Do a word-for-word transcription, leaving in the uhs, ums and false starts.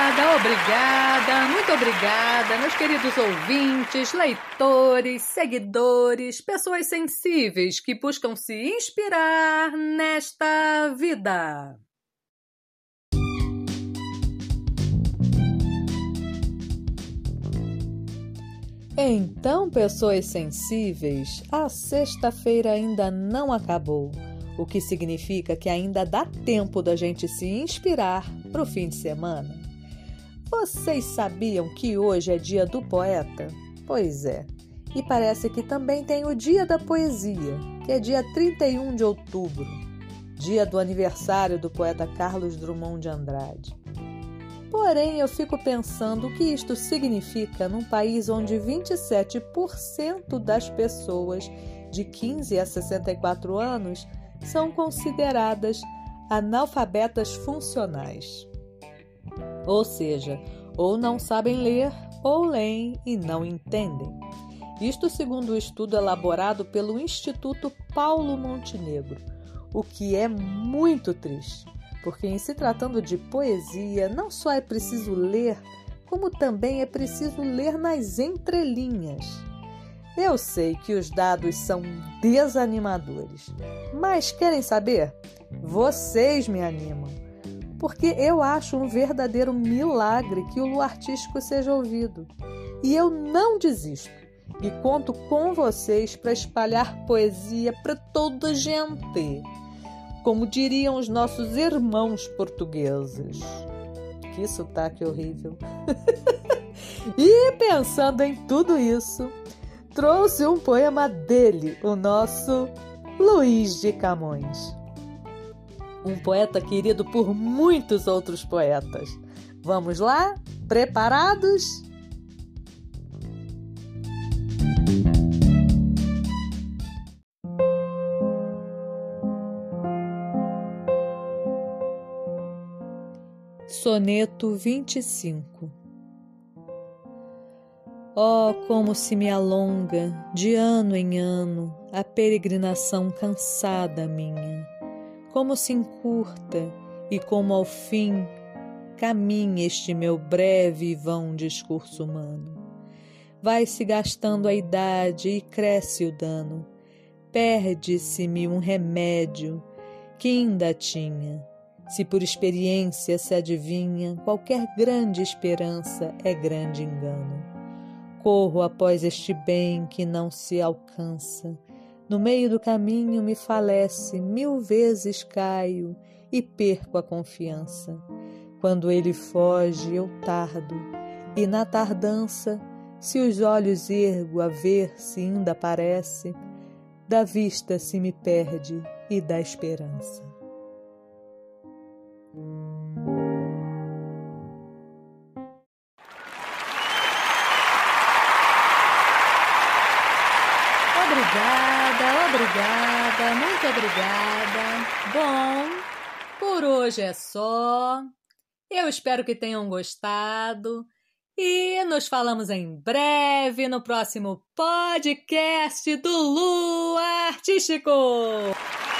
Obrigada, obrigada, muito obrigada, meus queridos ouvintes, leitores, seguidores, pessoas sensíveis que buscam se inspirar nesta vida. Então, pessoas sensíveis, a sexta-feira ainda não acabou, o que significa que ainda dá tempo da gente se inspirar para o fim de semana. Vocês sabiam que hoje é dia do poeta? Pois é, e parece que também tem o dia da poesia, que é dia trinta e um de outubro, dia do aniversário do poeta Carlos Drummond de Andrade. Porém, eu fico pensando o que isto significa num país onde vinte e sete por cento das pessoas de quinze a sessenta e quatro anos são consideradas analfabetas funcionais. Ou seja, ou não sabem ler, ou leem e não entendem. Isto segundo o estudo elaborado pelo Instituto Paulo Montenegro, o que é muito triste. Porque em se tratando de poesia, não só é preciso ler, como também é preciso ler nas entrelinhas. Eu sei que os dados são desanimadores, mas querem saber? Vocês me animam, porque eu acho um verdadeiro milagre que o Lu Artístico seja ouvido. E eu não desisto, e conto com vocês para espalhar poesia para toda a gente. Como diriam os nossos irmãos portugueses. Que sotaque horrível. E pensando em tudo isso, trouxe um poema dele, o nosso Luís de Camões. Um poeta querido por muitos outros poetas. Vamos lá? Preparados? Soneto vinte e cinco. Oh, como se me alonga, de ano em ano, a peregrinação cansada minha, como se encurta e como ao fim caminha este meu breve e vão discurso humano. Vai-se gastando a idade e cresce o dano, perde-se-me um remédio que ainda tinha. Se por experiência se adivinha, qualquer grande esperança é grande engano. Corro após este bem que não se alcança. No meio do caminho me falece, mil vezes caio e perco a confiança. Quando ele foge, eu tardo, e na tardança, se os olhos ergo a ver se ainda aparece, da vista se me perde e da esperança. Obrigada, obrigada, muito obrigada. Bom, por hoje é só. Eu espero que tenham gostado e nos falamos em breve no próximo podcast do Lu Artístico.